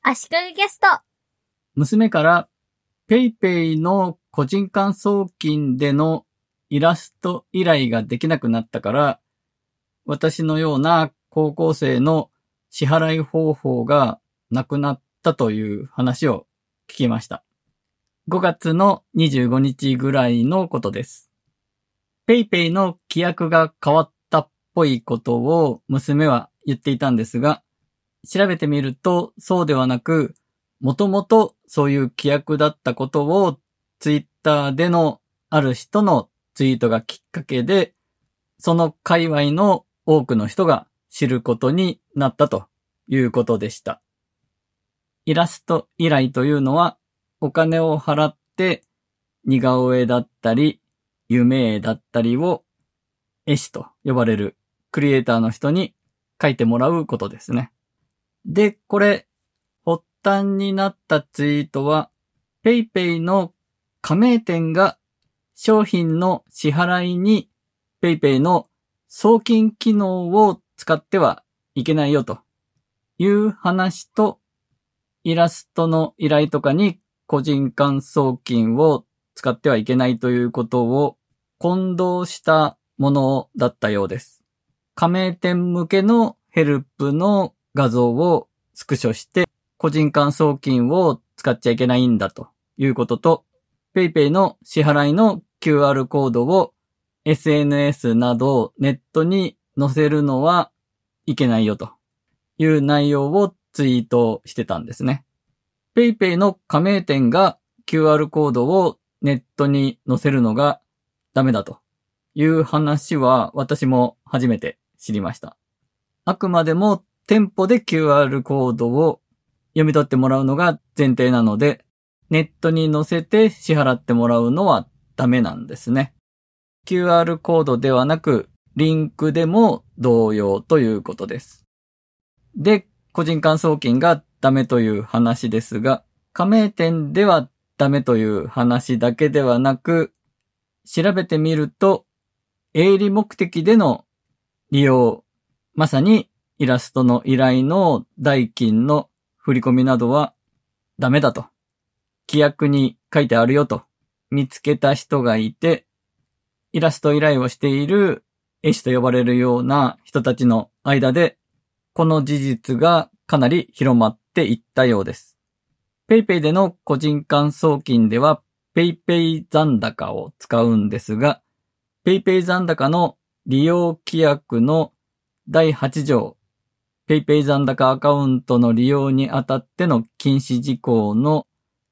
足利ゲスト。 娘からPayPayの個人間送金でのイラスト依頼ができなくなったから、私のような高校生の支払い方法がなくなったという話を聞きました。5月の25日ぐらいのことです。PayPayの規約が変わったっぽいことを娘は言っていたんですが、調べてみるとそうではなく、もともとそういう規約だったことをツイッターでのある人のツイートがきっかけで、その界隈の多くの人が知ることになったということでした。イラスト依頼というのはお金を払って似顔絵だったり夢絵だったりを絵師と呼ばれるクリエイターの人に描いてもらうことですね。で、これ発端になったツイートは PayPay の加盟店が商品の支払いに PayPay の送金機能を使ってはいけないよという話と、イラストの依頼とかに個人間送金を使ってはいけないということを混同したものだったようです。加盟店向けのヘルプの画像をスクショして個人間送金を使っちゃいけないんだということと、PayPay の支払いの QR コードを SNS などネットに載せるのはいけないよという内容をツイートしてたんですね。PayPay の加盟店が QR コードをネットに載せるのがダメだという話は私も初めて知りました。あくまでも店舗で QR コードを読み取ってもらうのが前提なので、ネットに載せて支払ってもらうのはダメなんですね。QR コードではなく、リンクでも同様ということです。で、個人間送金がダメという話ですが、加盟店ではダメという話だけではなく、調べてみると、営利目的での利用、まさにイラストの依頼の代金の振り込みなどはダメだと、規約に書いてあるよと見つけた人がいて、イラスト依頼をしている絵師と呼ばれるような人たちの間で、この事実がかなり広まっていったようです。PayPay での個人間送金では PayPay 残高を使うんですが、PayPay 残高の利用規約の第8条、PayPay 残高アカウントの利用にあたっての禁止事項の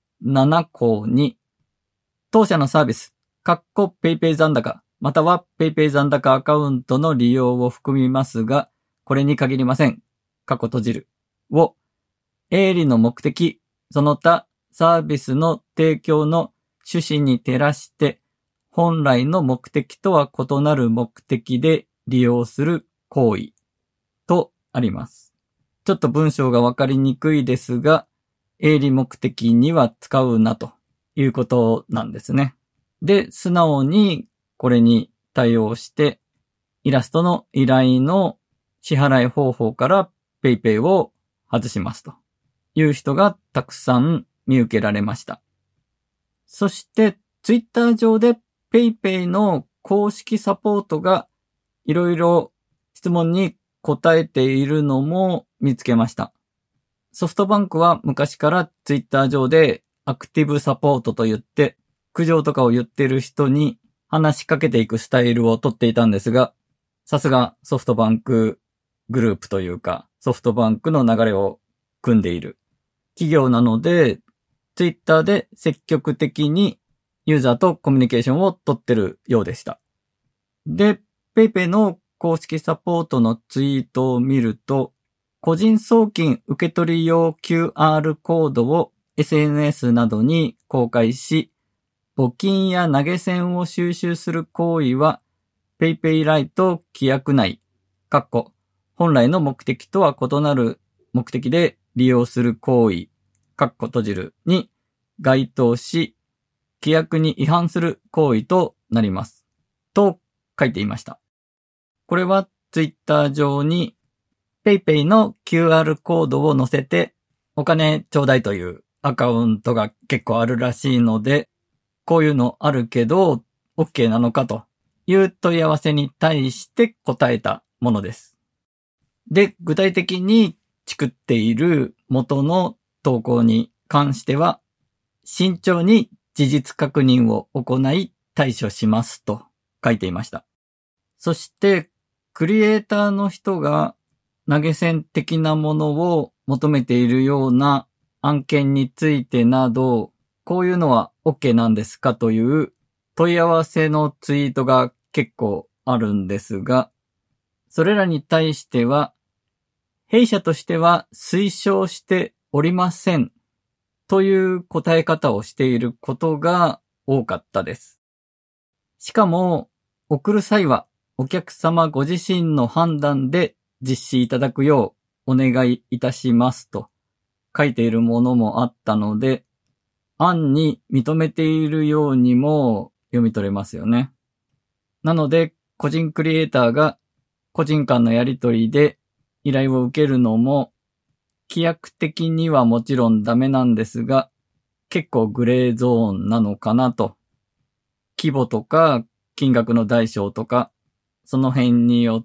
7項に、当社のサービス、PayPay 残高、または PayPay 残高アカウントの利用を含みますが、これに限りません。閉じる。を、営利の目的、その他サービスの提供の趣旨に照らして、本来の目的とは異なる目的で利用する行為とあります。ちょっと文章がわかりにくいですが、営利目的には使うなということなんですね。で、素直にこれに対応して、イラストの依頼の支払い方法から PayPay を外しますという人がたくさん見受けられました。そして Twitter 上で PayPay の公式サポートがいろいろ質問に答えているのも見つけました。ソフトバンクは昔から Twitter 上でアクティブサポートと言って苦情とかを言っている人に話しかけていくスタイルをとっていたんですが、さすがソフトバンクグループというかソフトバンクの流れを組んでいる企業なので、Twitter で積極的にユーザーとコミュニケーションを取ってるようでした。で、PayPay の公式サポートのツイートを見ると、個人送金受取用 QR コードを SNS などに公開し、募金や投げ銭を収集する行為は PayPay ライト規約内、本来の目的とは異なる目的で利用する行為、閉じるに該当し、規約に違反する行為となります。と書いていました。これは Twitter 上に PayPay の QR コードを載せてお金ちょうだいというアカウントが結構あるらしいので、こういうのあるけど、OK なのかという問い合わせに対して答えたものです。で、具体的に作っている元の投稿に関しては、慎重に事実確認を行い対処しますと書いていました。そして、クリエイターの人が投げ銭的なものを求めているような案件についてなど、こういうのは OK なんですかという問い合わせのツイートが結構あるんですが、それらに対しては、弊社としては推奨しておりませんという答え方をしていることが多かったです。しかも、送る際はお客様ご自身の判断で実施いただくようお願いいたしますと書いているものもあったので、案に認めているようにも読み取れますよね。なので、個人クリエイターが個人間のやり取りで依頼を受けるのも、規約的にはもちろんダメなんですが、結構グレーゾーンなのかなと。規模とか金額の大小とか、その辺によって、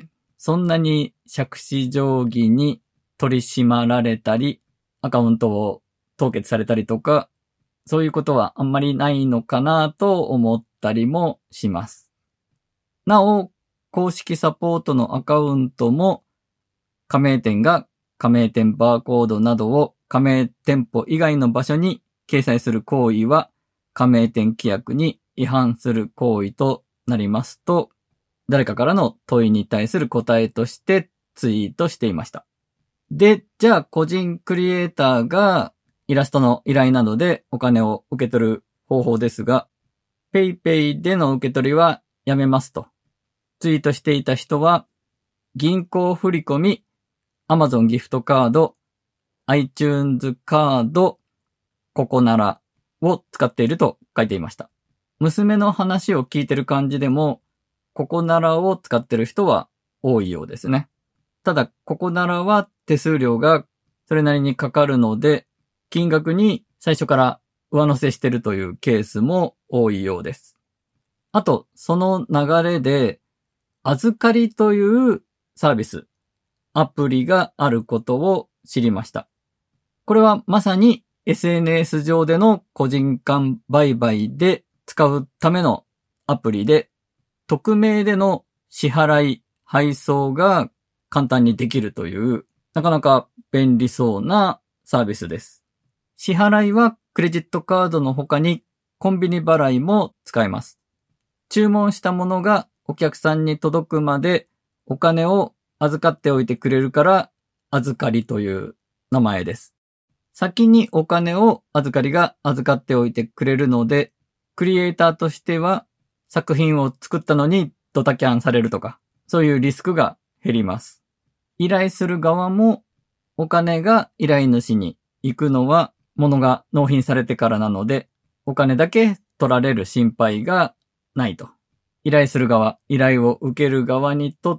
そんなに杓子定規に取り締まられたり、アカウントを凍結されたりとか、そういうことはあんまりないのかなと思ったりもします。なお、公式サポートのアカウントも、加盟店が加盟店バーコードなどを加盟店舗以外の場所に掲載する行為は、加盟店規約に違反する行為となりますと、誰かからの問いに対する答えとしてツイートしていました。で、じゃあ個人クリエイターがイラストの依頼などでお金を受け取る方法ですが、PayPay での受け取りはやめますとツイートしていた人は、銀行振込、Amazon ギフトカード、iTunes カード、ココナラを使っていると書いていました。娘の話を聞いてる感じでも、ココナラを使ってる人は多いようですね。ただ、ココナラは手数料がそれなりにかかるので、金額に最初から上乗せしてるというケースも多いようです。あと、その流れで、預かりというサービス、アプリがあることを知りました。これはまさに SNS 上での個人間売買で使うためのアプリで、匿名での支払い、配送が簡単にできるという、なかなか便利そうなサービスです。支払いはクレジットカードの他にコンビニ払いも使えます。注文したものがお客さんに届くまでお金を預かっておいてくれるから預かりという名前です。先にお金を預かりが預かっておいてくれるので、クリエイターとしては作品を作ったのにドタキャンされるとか、そういうリスクが減ります。依頼する側もお金が依頼主に行くのは物が納品されてからなので、お金だけ取られる心配がないと。依頼する側、依頼を受ける側にとって、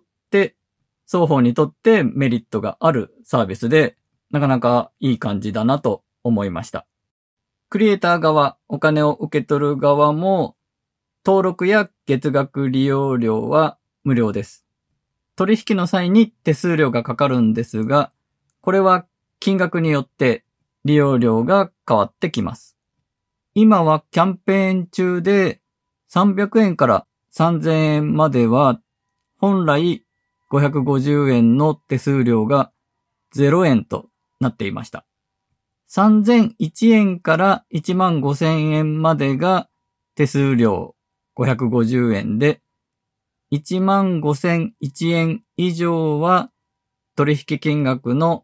双方にとってメリットがあるサービスで、なかなかいい感じだなと思いました。クリエイター側、お金を受け取る側も、登録や月額利用料は無料です。取引の際に手数料がかかるんですが、これは金額によって利用料が変わってきます。今はキャンペーン中で300円から3000円までは本来550円の手数料が0円となっていました。3001円から15000円までが手数料550円で、15001円以上は取引金額の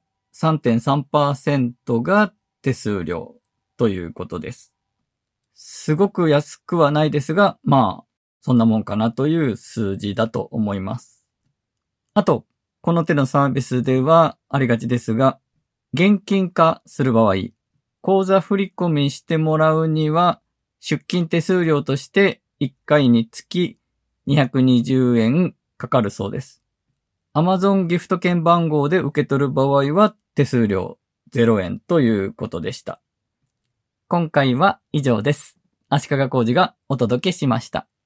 3.3% が手数料ということです。すごく安くはないですが、まあ、そんなもんかなという数字だと思います。あと、この手のサービスではありがちですが、現金化する場合、口座振込してもらうには、出金手数料として1回につき220円かかるそうです。Amazon ギフト券番号で受け取る場合は手数料 0円ということでした。今回は以上です。足利浩二がお届けしました。